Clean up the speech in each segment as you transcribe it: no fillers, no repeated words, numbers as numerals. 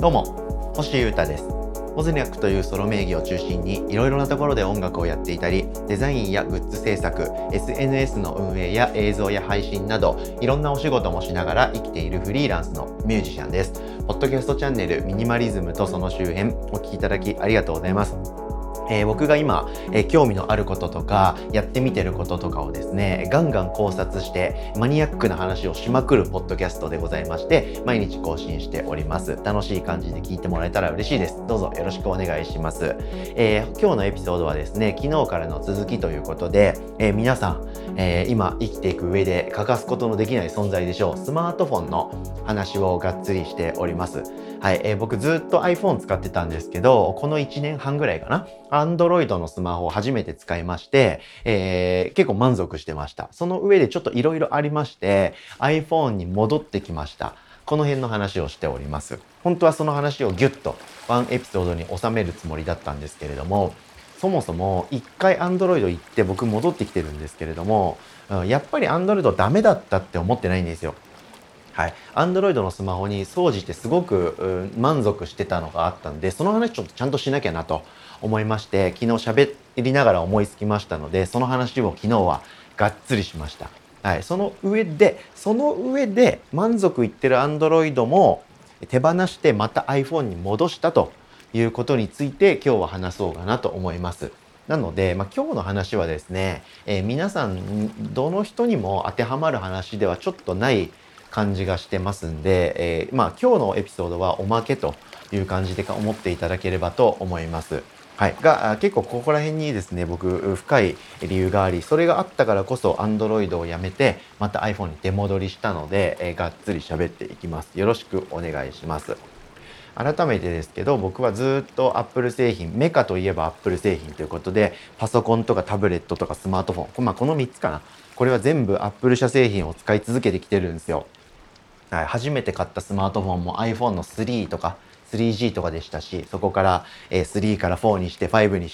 どうも、星優太です。モズニャックというソロ名義を中心にいろいろなところで音楽をやっていたり、デザインやグッズ制作、SNS の運営や映像や配信などいろんなお仕事もしながら生きているフリーランスのミュージシャンです。ポッドキャストチャンネルミニマリズムとその周辺お聞きいただきありがとうございます。僕が今、興味のあることとかやってみてることとかをですねガンガン考察してマニアックな話をしまくるポッドキャストでございまして、毎日更新しております。楽しい感じで聞いてもらえたら嬉しいです。どうぞよろしくお願いします。今日のエピソードはですね昨日からの続きということで、皆さん、今生きていく上で欠かすことのできない存在でしょうスマートフォンの話をがっつりしております。はい、僕ずっと iPhone 使ってたんですけど、この1年半ぐらいかな、Android のスマホを初めて使いまして、結構満足してました。その上でちょっといろいろありまして、iPhone に戻ってきました。この辺の話をしております。本当はその話をギュッとワンエピソードに収めるつもりだったんですけれども、そもそも一回 Android 行って僕戻ってきてるんですけれども、やっぱり Android ダメだったって思ってないんですよ。はい、Android のスマホに総じてすごく満足してたのがあったんで、その話ちょっとちゃんとしなきゃなと思いまして、昨日喋りながら思いつきましたので、その話を昨日はがっつりしました。はい、その上で満足いってる Android も手放してまた iPhone に戻したということについて今日は話そうかなと思います。なので、今日の話はですね、皆さんどの人にも当てはまる話ではちょっとない感じがしてますんで、今日のエピソードはおまけという感じで思っていただければと思います。はい。結構ここら辺にですね、僕、深い理由があり、それがあったからこそ Android をやめて、また iPhone に出戻りしたので、がっつり喋っていきます。よろしくお願いします。改めてですけど、僕はずっと Apple 製品、メカといえば Apple 製品ということで、パソコンとかタブレットとかスマートフォン、この3つかな。これは全部 Apple 社製品を使い続けてきてるんですよ。はい、初めて買ったスマートフォンも iPhone の3とか 3G とかでしたし、そこから、3から4にして5にして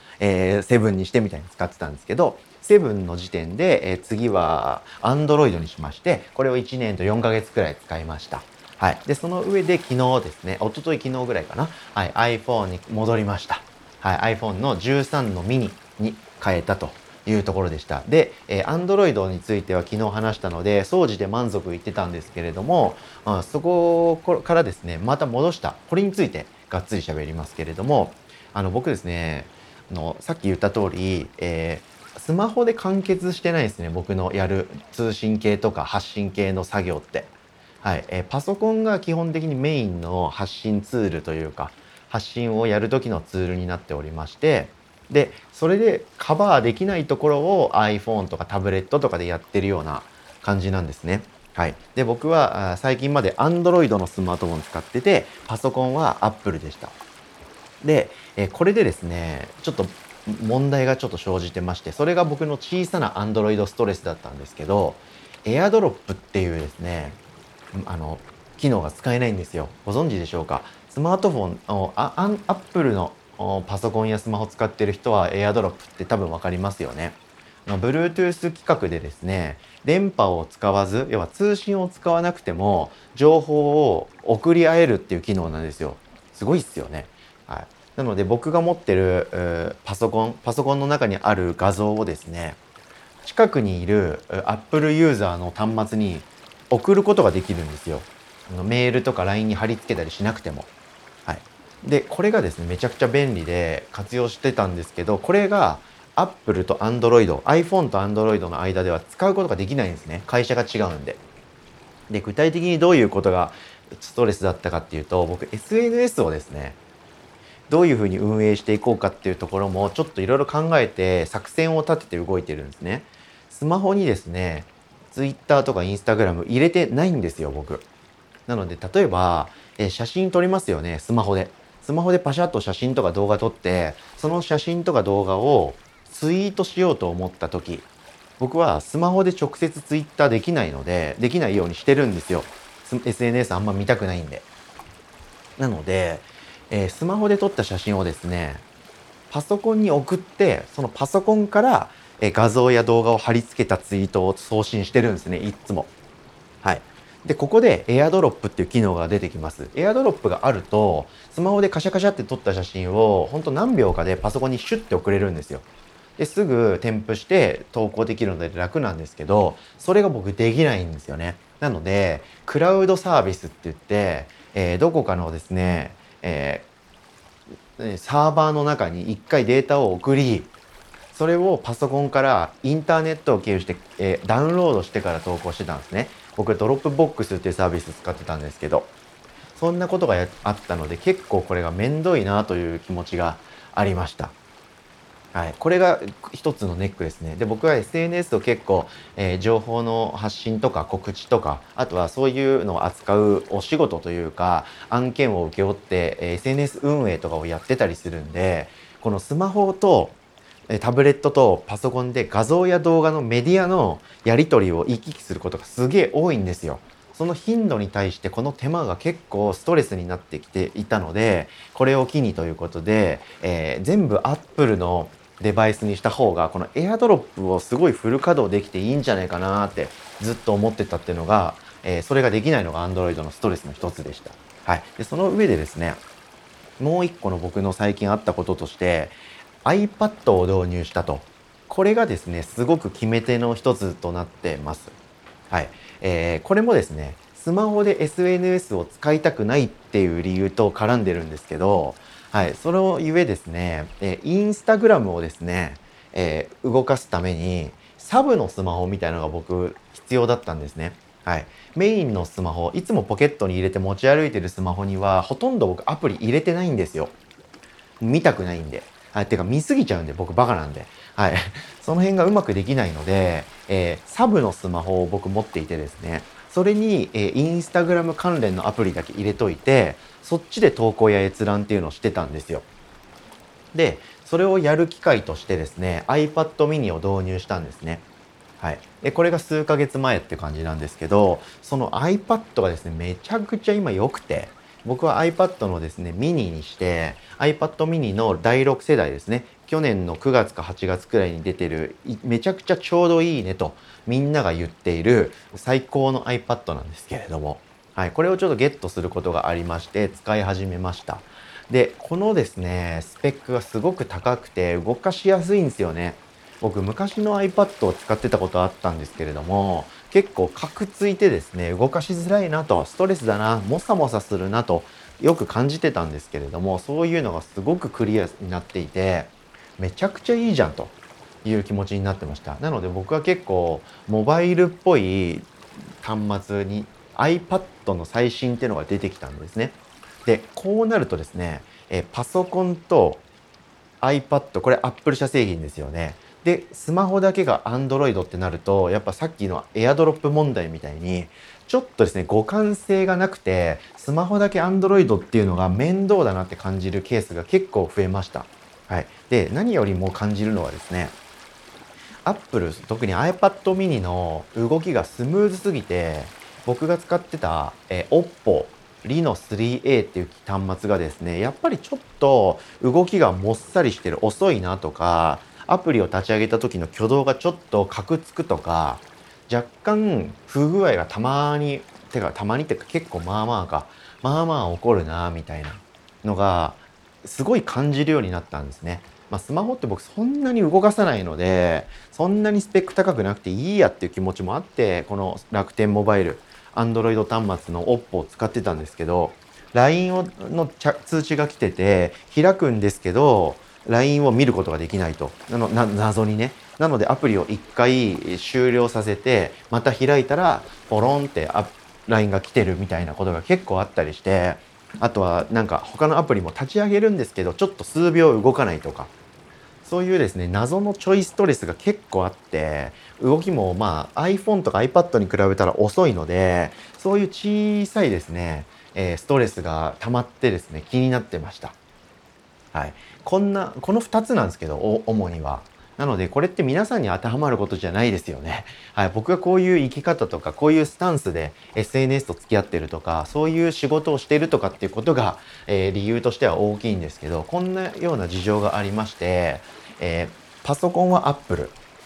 、7にしてみたいに使ってたんですけど、7の時点で、次は Android にしまして、これを1年と4ヶ月くらい使いました。はい。で、その上で昨日ですね、一昨日昨日ぐらいかな、はい、iPhone に戻りました。はい、iPhone の13のミニに変えたというところでした。で、Android については昨日話したので、総じて満足いってたんですけれども、そこからですね、また戻した、これについてがっつり喋りますけれども、僕ですね、さっき言った通り、スマホで完結してないですね、僕のやる通信系とか発信系の作業って。はい、パソコンが基本的にメインの発信ツールというか、発信をやる時のツールになっておりまして、で、それでカバーできないところを iPhone とかタブレットとかでやってるような感じなんですね。はい。で、僕は最近まで Android のスマートフォン使ってて、パソコンは Apple でした。で、これでですね、ちょっと問題がちょっと生じてまして、それが僕の小さな Android ストレスだったんですけど、AirDrop っていうですね、機能が使えないんですよ。ご存知でしょうか？スマートフォンを、Apple のパソコンやスマホ使ってる人は AirDrop って多分わかりますよね。Bluetooth 規格でですね、電波を使わず、要は通信を使わなくても情報を送り合えるっていう機能なんですよ。すごいっすよね。はい。なので僕が持ってるパソコンの中にある画像をですね、近くにいるApple ユーザーの端末に送ることができるんですよ。メールとか LINE に貼り付けたりしなくても。はい。で、これがですね、めちゃくちゃ便利で活用してたんですけど、これが Apple と Android、iPhone と Android の間では使うことができないんですね。会社が違うんで。で、具体的にどういうことがストレスだったかっていうと、僕 SNS をですね、どういうふうに運営していこうかっていうところもちょっといろいろ考えて作戦を立てて動いてるんですね。スマホにですね、Twitter とか Instagram 入れてないんですよ、僕。なので、例えば、写真撮りますよね、スマホで。スマホでパシャッと写真とか動画撮って、その写真とか動画をツイートしようと思った時、僕はスマホで直接ツイッターできないので、できないようにしてるんですよ。SNS あんま見たくないんで。なので、スマホで撮った写真をですね、パソコンに送って、そのパソコンから、画像や動画を貼り付けたツイートを送信してるんですね、いつも。はい。 で、ここで AirDrop っていう機能が出てきます。AirDrop があると、スマホでカシャカシャって撮った写真を、ほんと何秒かでパソコンにシュッて送れるんですよ。で、すぐ添付して投稿できるので楽なんですけど、それが僕できないんですよね。なので、クラウドサービスって言って、どこかのですね、サーバーの中に一回データを送り、それをパソコンからインターネットを経由して、ダウンロードしてから投稿してたんですね。僕ドロップボックスっていうサービス使ってたんですけど、そんなことがあったので結構これがめんどいなという気持ちがありました。はい、これが一つのネックですね。で、僕は SNS を結構、情報の発信とか告知とか、あとはそういうのを扱うお仕事というか、案件を請け負って、SNS 運営とかをやってたりするんで、このスマホとタブレットとパソコンで画像や動画のメディアのやり取りを行き来することがすげえ多いんですよ。その頻度に対してこの手間が結構ストレスになってきていたので、これを機にということで、全部 Apple のデバイスにした方が、この AirDrop をすごいフル稼働できていいんじゃないかなってずっと思ってたっていうのが、それができないのが Android のストレスの一つでした。はい。で、その上でですね、もう一個の僕の最近あったこととして、iPad を導入したと。これがですね、すごく決め手の一つとなってます。はい。これもですね、スマホで SNS を使いたくないっていう理由と絡んでるんですけど、はい。それをゆえですね、インスタグラムをですね、動かすために、サブのスマホみたいなのが僕必要だったんですね。はい。メインのスマホ、いつもポケットに入れて持ち歩いてるスマホには、ほとんど僕アプリ入れてないんですよ。見たくないんで。はい、てか見すぎちゃうんで、僕バカなんで。はい。その辺がうまくできないので、サブのスマホを僕持っていてですね、それに、インスタグラム関連のアプリだけ入れといて、そっちで投稿や閲覧っていうのをしてたんですよ。で、それをやる機会としてですね、iPad mini を導入したんですね。はい。で、これが数ヶ月前って感じなんですけど、その iPad がですね、めちゃくちゃ今良くて、僕は iPad のですね、ミニにして、iPad mini の第6世代ですね、去年の9月か8月くらいに出てる、めちゃくちゃちょうどいいねと、みんなが言っている最高の iPad なんですけれども、はい、これをちょっとゲットすることがありまして、使い始めました。で、このですね、スペックがすごく高くて動かしやすいんですよね。僕昔の iPad を使ってたことあったんですけれども、結構カクついてですね、動かしづらいなと、ストレスだな、モサモサするなと、よく感じてたんですけれども、そういうのがすごくクリアになっていて、めちゃくちゃいいじゃんという気持ちになってました。なので僕は結構モバイルっぽい端末に iPad の最新っていうのが出てきたんですね。で、こうなるとですね、パソコンと iPad、これ Apple 社製品ですよね。で、スマホだけが Android ってなると、やっぱさっきの AirDrop 問題みたいに、ちょっとですね、互換性がなくて、スマホだけ Android っていうのが面倒だなって感じるケースが結構増えました。はい。で、何よりも感じるのはですね、Apple、特に iPad mini の動きがスムーズすぎて、僕が使ってた、Oppo Reno 3A っていう端末がですね、やっぱりちょっと動きがもっさりしてる、遅いなとか、アプリを立ち上げた時の挙動がちょっとカクつくとか、若干不具合がたまにってか結構まあまあ起こるなみたいなのが、すごい感じるようになったんですね。スマホって僕そんなに動かさないので、そんなにスペック高くなくていいやっていう気持ちもあって、この楽天モバイル、Android 端末の Oppo を使ってたんですけど、の通知が来てて、開くんですけど、LINE を見ることができないと。謎にね。なのでアプリを一回終了させて、また開いたら、ポロンって LINE が来てるみたいなことが結構あったりして、あとはなんか他のアプリも立ち上げるんですけど、ちょっと数秒動かないとか、そういうですね、謎のちょいストレスが結構あって、動きもiPhone とか iPad に比べたら遅いので、そういう小さいですね、ストレスが溜まってですね、気になってました。はい。この2つなんですけど、主には。なので、これって皆さんに当てはまることじゃないですよね。はい。僕がこういう生き方とか、こういうスタンスで SNS と付き合ってるとか、そういう仕事をしているとかっていうことが、理由としては大きいんですけど、こんなような事情がありまして、パソコンは Apple。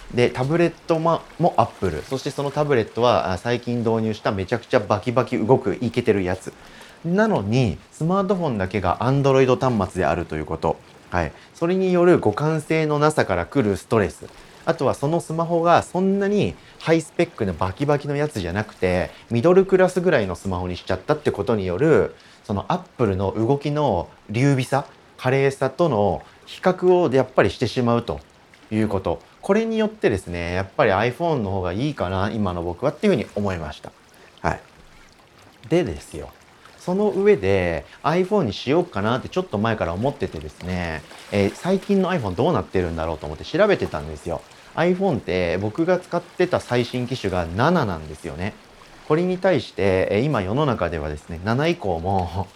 で、タブレットも Apple。そしてそのタブレットは最近導入しためちゃくちゃバキバキ動くイケてるやつ。なのに、スマートフォンだけが Android 端末であるということ。はい。それによる互換性のなさから来るストレス。あとはそのスマホがそんなにハイスペックなバキバキのやつじゃなくて、ミドルクラスぐらいのスマホにしちゃったってことによる、その Apple の動きの流微さ、華麗さとの比較をやっぱりしてしまうということ。これによってですね、やっぱり iPhone の方がいいかな、今の僕はっていうふうに思いました。はい。でですよ。その上で iPhone にしようかなってちょっと前から思っててですね、最近の iPhone どうなってるんだろうと思って調べてたんですよ。iPhone って僕が使ってた最新機種が7なんですよね。これに対して、今世の中ではですね、7以降も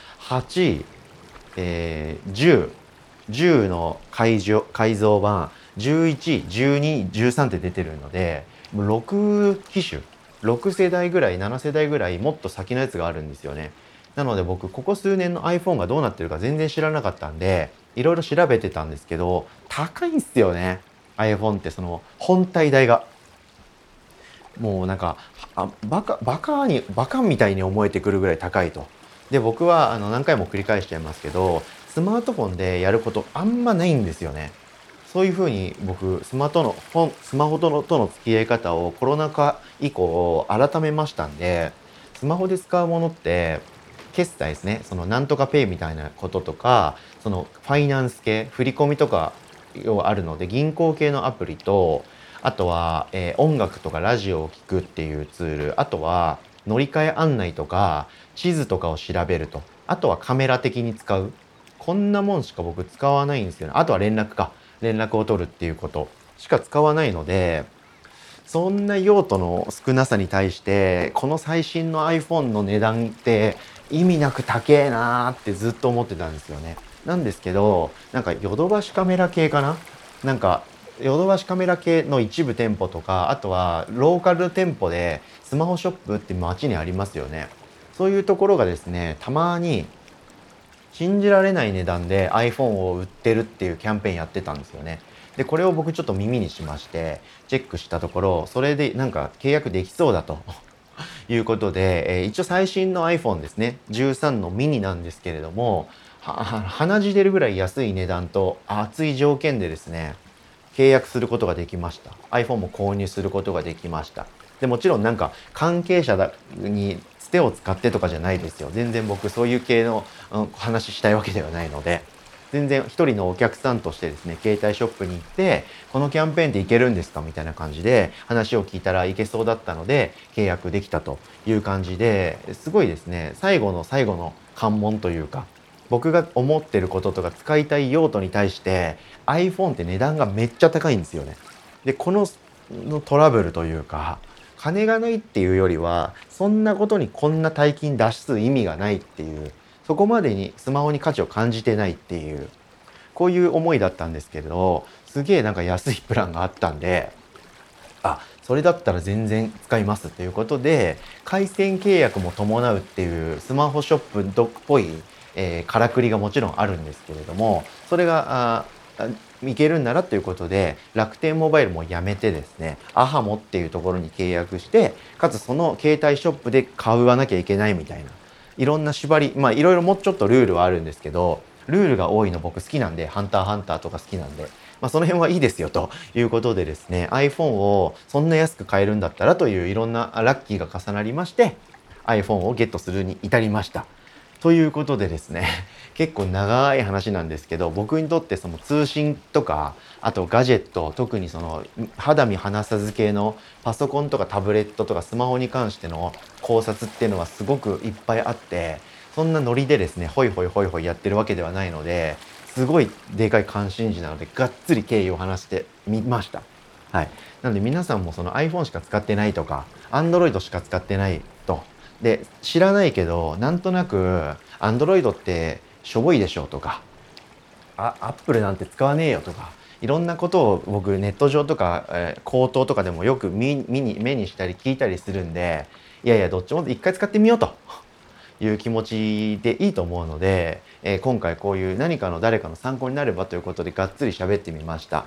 8、10、10の改造版、11、12、13って出てるので、もう6機種、6世代ぐらい、7世代ぐらいもっと先のやつがあるんですよね。なので僕、ここ数年の iPhone がどうなってるか全然知らなかったんで、いろいろ調べてたんですけど、高いんすよね。iPhone ってその本体代が。もうなんか、バカみたいに思えてくるぐらい高いと。で、僕は何回も繰り返しちゃいますけど、スマートフォンでやることあんまないんですよね。そういうふうに僕、スマホとの付き合い方をコロナ禍以降改めましたんで、スマホで使うものって、決済ですね。そのなんとかペイみたいなこととか、そのファイナンス系、振り込みとかあるので、銀行系のアプリと、あとは、音楽とかラジオを聴くっていうツール、あとは乗り換え案内とか、地図とかを調べると、あとはカメラ的に使う。こんなもんしか僕使わないんですよね。あとは連絡か。連絡を取るっていうことしか使わないので、そんな用途の少なさに対して、この最新の iPhone の値段って意味なく高えなーってずっと思ってたんですよね。なんですけど、なんかヨドバシカメラ系かな、なんか、ヨドバシカメラ系の一部店舗とか、あとはローカル店舗でスマホショップって街にありますよね。そういうところがですね、たまに信じられない値段で iPhone を売ってるっていうキャンペーンやってたんですよね。で、これを僕ちょっと耳にしまして、チェックしたところ、それでなんか契約できそうだということで、一応最新の iPhone ですね、13のミニなんですけれども、鼻血出るぐらい安い値段と熱い条件でですね、契約することができました。iPhone も購入することができました。で、もちろんなんか関係者につてを使ってとかじゃないですよ。全然僕そういう系の、話したいわけではないので、全然一人のお客さんとしてですね、携帯ショップに行って、このキャンペーンっていけるんですかみたいな感じで話を聞いたらいけそうだったので、契約できたという感じで、すごいですね、最後の最後の関門というか、僕が思ってることとか使いたい用途に対して iPhone って値段がめっちゃ高いんですよね。で、このトラブルというか、金がないっていうよりは、そんなことにこんな大金出す意味がないっていう、そこまでにスマホに価値を感じてないっていう、こういう思いだったんですけれど、すげえなんか安いプランがあったんで、あ、それだったら全然使いますということで、回線契約も伴うっていうスマホショップっぽい、からくりがもちろんあるんですけれども、それが、いけるんならということで、楽天モバイルもやめてですね、アハモっていうところに契約して、かつその携帯ショップで買わなきゃいけないみたいな、いろんな縛り、まあいろいろもうちょっとルールはあるんですけど、ルールが多いの僕好きなんで、ハンターハンターとか好きなんで、まあその辺はいいですよということでですね、iPhone をそんな安く買えるんだったらといういろんなラッキーが重なりまして、iPhone をゲットするに至りました。ということでですね、結構長い話なんですけど、僕にとってその通信とか、あとガジェット、特にその肌身離さず系のパソコンとかタブレットとかスマホに関しての考察っていうのはすごくいっぱいあって、そんなノリでですね、ホイホイホイホイやってるわけではないので、すごいでかい関心事なので、がっつり経緯を話してみました。はい。なので皆さんもその iPhone しか使ってないとか、Android しか使ってないと。で、知らないけど、なんとなく Android ってしょぼいでしょとか、Apple なんて使わねえよとか、いろんなことを僕ネット上とか、口頭とかでもよく目にしたり聞いたりするんで、いやいや、どっちも一回使ってみようという気持ちでいいと思うので、今回こういう何かの誰かの参考になればということでがっつり喋ってみました。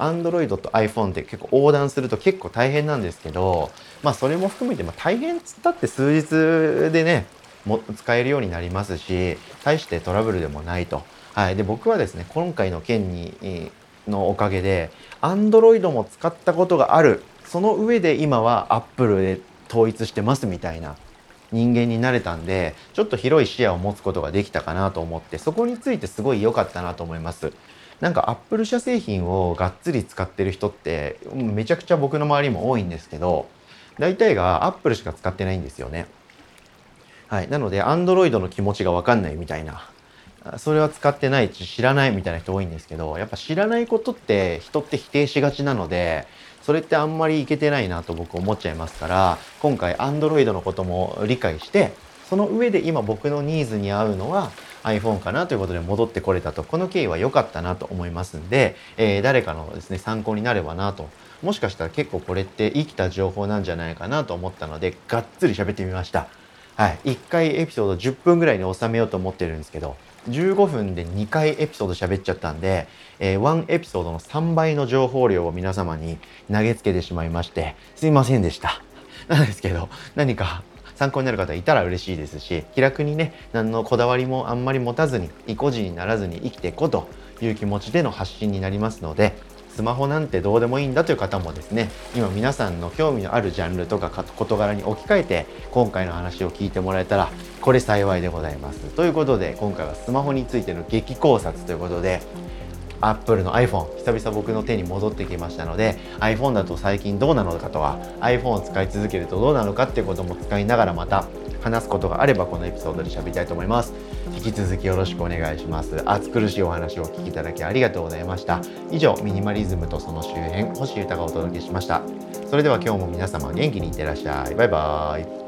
Android と iPhone って結構横断すると結構大変なんですけど、それも含めて、大変つったって数日でね、使えるようになりますし、大してトラブルでもないと。はい。で、僕はですね、今回の件のおかげで、Android も使ったことがある。その上で今は Apple で統一してますみたいな人間になれたんで、ちょっと広い視野を持つことができたかなと思って、そこについてすごい良かったなと思います。なんか Apple 社製品をがっつり使ってる人って、めちゃくちゃ僕の周りも多いんですけど、大体が Apple しか使ってないんですよね。はい。なので Android の気持ちがわかんないみたいな。それは使ってないし知らないみたいな人多いんですけど、やっぱ知らないことって人って否定しがちなので、それってあんまりいけてないなと僕思っちゃいますから、今回 Android のことも理解して、その上で今僕のニーズに合うのは iPhone かなということで戻ってこれたと、この経緯は良かったなと思いますんで、誰かのですね、参考になればなと。もしかしたら結構これって生きた情報なんじゃないかなと思ったので、がっつり喋ってみました。はい。1回エピソード10分ぐらいに収めようと思ってるんですけど、15分で2回エピソード喋っちゃったんで、1エピソードの3倍の情報量を皆様に投げつけてしまいまして、すいませんでした。なんですけど、何か参考になる方いたら嬉しいですし、気楽にね、何のこだわりもあんまり持たずに、意固地にならずに生きていこうという気持ちでの発信になりますので、スマホなんてどうでもいいんだという方もですね、今皆さんの興味のあるジャンルとか事柄に置き換えて今回の話を聞いてもらえたらこれ幸いでございます。ということで今回はスマホについての激考察ということで、Apple の iPhone 久々僕の手に戻ってきましたので、 iPhone だと最近どうなのかとは iPhone を使い続けるとどうなのかっていうことも使いながらまた話すことがあればこのエピソードで喋りたいと思います。引き続きよろしくお願いします。暑苦しいお話をお聞きいただきありがとうございました。以上、ミニマリズムとその周辺、星豊がお届けしました。それでは今日も皆様元気にいってらっしゃい。バイバーイ。